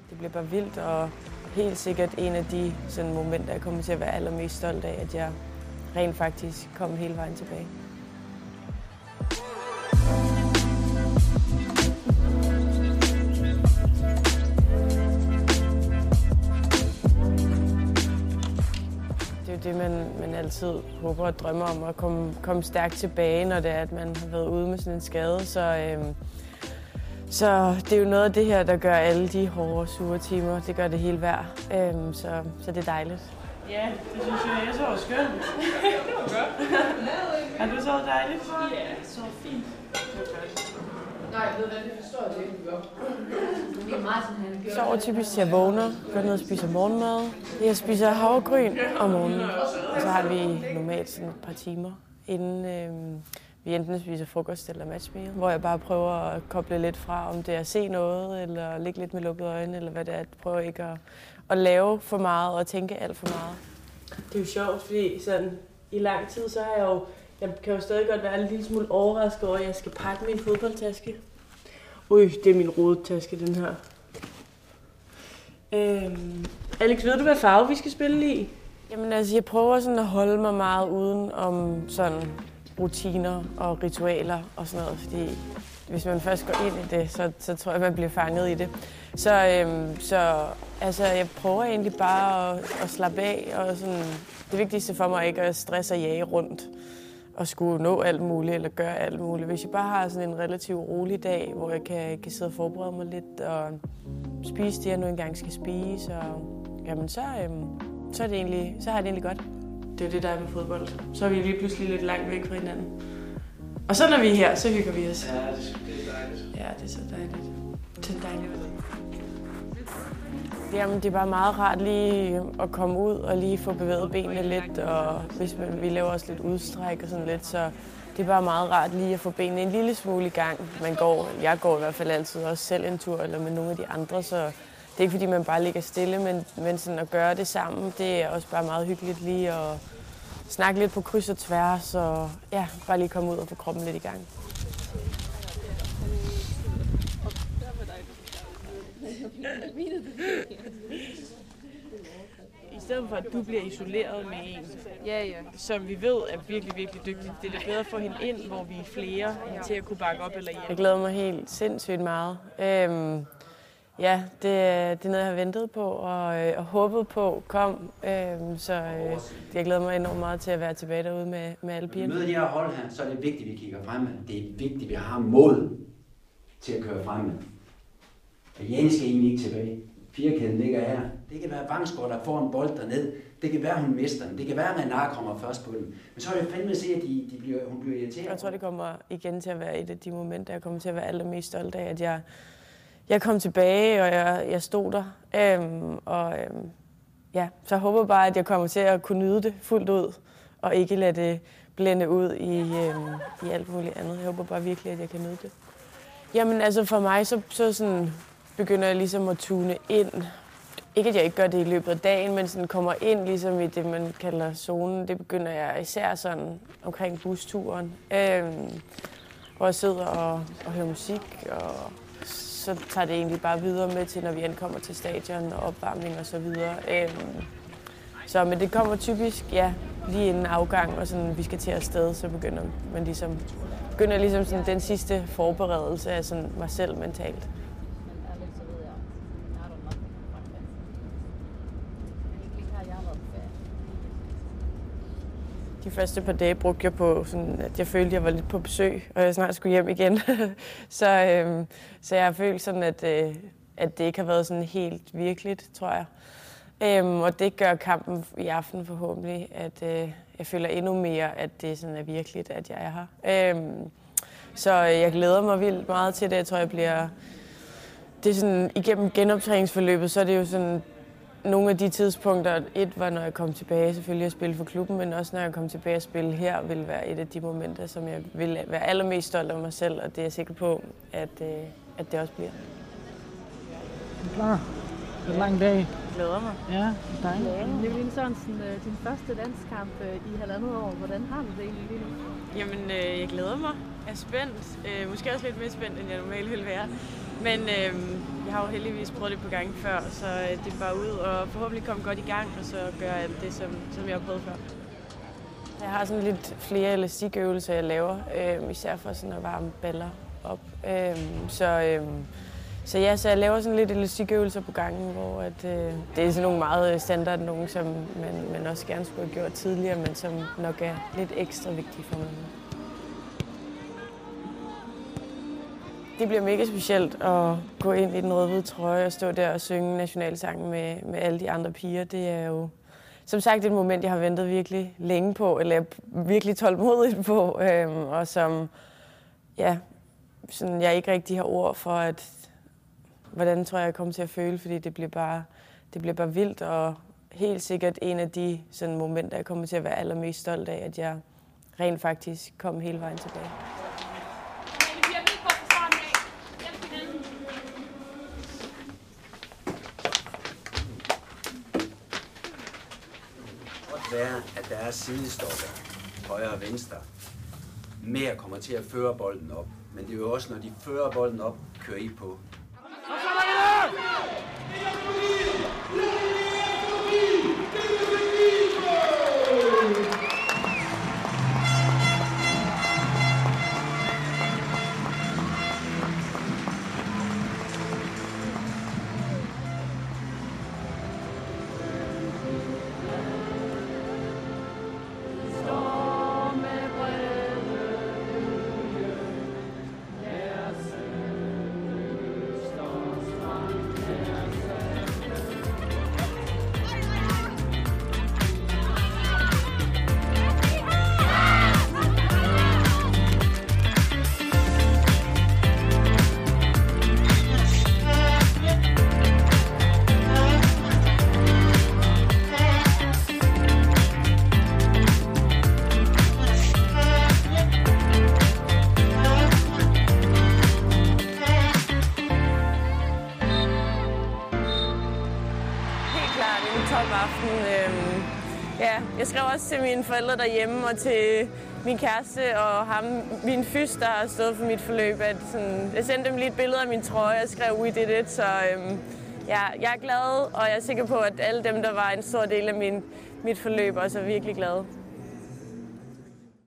Det bliver bare vildt, og helt sikkert en af de sådan, momenter, jeg kommer til at være allermest stolt af, at jeg rent faktisk kom hele vejen tilbage. Det er jo det, man altid håber og drømmer om, at komme stærkt tilbage, når det er, at man har været ude med sådan en skade. Så det er jo noget af det her, der gør alle de hårde, sure timer. Det gør det hele værd. Så det er dejligt. Ja, det synes jeg så var skønt. Det var godt. Har du sovet dejligt? Ja, så fint. Nej, jeg ved hvad, det forstår jeg ikke godt. Det er Martin, han gør. Sover typisk til jeg vågner, går ned og spiser morgenmad. Jeg spiser havregryn om morgenen. Og så har vi normalt sådan et par timer, inden vi enten spiser frokost eller matchmeal, hvor jeg bare prøver at koble lidt fra, om det er at se noget, eller ligge lidt med lukkede øjne, eller hvad det er. Jeg prøver ikke at lave for meget og tænke alt for meget. Det er jo sjovt, fordi sådan, i lang tid, så har jeg kan jo stadig godt være en lille smule overrasket over, at jeg skal pakke min fodboldtaske. Det er min rodetaske, den her. Alex, ved du, hvad farve vi skal spille i? Jamen altså, jeg prøver sådan at holde mig meget uden om sådan rutiner og ritualer og sådan noget, fordi hvis man først går ind i det, så tror jeg, man bliver fanget i det. Så altså, jeg prøver egentlig bare at slappe af, og sådan, det vigtigste for mig er ikke at stresse og jage rundt og skulle nå alt muligt eller gøre alt muligt. Hvis jeg bare har sådan en relativt rolig dag, hvor jeg kan sidde og forberede mig lidt og spise det, jeg nu engang skal spise, og jamen, så har jeg det egentlig godt. Det er det, der er med fodbold. Så er vi lige pludselig lidt langt væk fra hinanden. Og så når vi er her, så hygger vi os. Ja, det er dejligt. Ja, det er så dejligt. Det er dejligt. Jamen, det er bare meget rart lige at komme ud og lige få bevæget benene lidt, og hvis vi laver også lidt udstræk og sådan lidt, så det er bare meget rart lige at få benene en lille smule i gang. Jeg går i hvert fald altid også selv en tur, eller med nogle af de andre, så det er ikke fordi, man bare ligger stille, men sådan at gøre det sammen, det er også bare meget hyggeligt lige at snakke lidt på kryds og tværs, og ja, bare lige komme ud og få kroppen lidt i gang. I stedet for, at du bliver isoleret med en, som vi ved er virkelig, virkelig dygtig, det er lidt bedre at få hende ind, hvor vi er flere, til at kunne bakke op eller hjælpe. Jeg glæder mig helt sindssygt meget. Ja, det er noget, jeg har ventet på og håbet på kom. Så jeg glæder mig enormt meget til at være tilbage derude med alle pigerne. Når vi møder de her hold her, så er det vigtigt, at vi kigger fremad. Det er vigtigt, at vi har mod til at køre fremad. Og Jane skal egentlig ikke tilbage. Firkæden ligger her. Det kan være Vangsgaard, der får en bold derned. Det kan være, hun mister den. Det kan være, at Renar kommer først på den. Men så er det fandme at se, at hun bliver irriteret. Jeg tror, det kommer igen til at være et af de momenter, jeg kommer til at være allermest stolt af, at jeg kom tilbage, og jeg stod der. Så jeg håber bare, at jeg kommer til at kunne nyde det fuldt ud, og ikke lade det blænde ud i alt muligt andet. Jeg håber bare virkelig, at jeg kan nyde det. Jamen altså for mig, så sådan begynder jeg ligesom at tune ind. Ikke at jeg ikke gør det i løbet af dagen, men sådan kommer ind ligesom i det, man kalder zonen. Det begynder jeg især sådan omkring busturen, hvor jeg sidder og hører musik, og så tager det egentlig bare videre med til, når vi ankommer til stadion og opvarmning og så videre. Men det kommer typisk, lige inden afgang, og sådan, vi skal til afsted, så begynder sådan den sidste forberedelse af sådan mig selv mentalt. De første par dage brugte jeg på, sådan, at jeg følte, at jeg var lidt på besøg, og jeg snart skulle hjem igen. Så jeg følte sådan, at det ikke har været sådan helt virkeligt, tror jeg. Og det gør kampen i aften forhåbentlig, at jeg føler endnu mere, at det sådan er virkeligt, at jeg er her. Så jeg glæder mig vildt meget til det. Jeg tror, det er sådan, igennem genoptræningsforløbet, så er det jo sådan, nogle af de tidspunkter, var når jeg kom tilbage selvfølgelig at spille for klubben, men også når jeg kom tilbage at spille her, vil være et af de momenter, som jeg vil være allermest stolt af mig selv, og det er jeg sikker på, at det også bliver. Er du klar? Det er en lang dag. Jeg glæder mig. Ja, dejligt. Nicoline Sørensen, din første landskamp i 1,5 år. Hvordan har du det egentlig lige nu? Jamen, jeg glæder mig. Jeg er spændt. Måske også lidt mere spændt, end jeg normalt vil være. Men jeg har jo heldigvis prøvet det på gange før, så det er bare ud og forhåbentlig komme godt i gang, og så gøre alt det, som jeg har prøvet før. Jeg har sådan lidt flere elastikøvelser, jeg laver, især for sådan at varme baller op. Så jeg laver sådan lidt elastikøvelser på gangen, hvor det er sådan nogle meget standard, nogle som man også gerne skulle have gjort tidligere, men som nok er lidt ekstra vigtige for mig. Det bliver mega specielt at gå ind i den rød-hvide trøje og stå der og synge nationalsangen med alle de andre piger. Det er jo som sagt et moment, jeg har ventet virkelig længe på, eller virkelig tålmodigt på, og som sådan, jeg ikke rigtig har ord for, hvordan tror jeg kommer til at føle, fordi det bliver bare vildt, og helt sikkert en af de sådan, momenter, jeg kommer til at være allermest stolt af, at jeg rent faktisk kom hele vejen tilbage. Være, at der er sidestopper, højre og venstre. Mere kommer til at føre bolden op. Men det er jo også, når de fører bolden op, kører I på. Jeg skrev også til mine forældre derhjemme og til min kæreste og min fys, der har stået for mit forløb. At sådan, jeg sendte dem lige et billede af min trøje og skrev "We did it", så jeg er glad, og jeg er sikker på, at alle dem, der var en stor del af mit forløb, også er virkelig glade.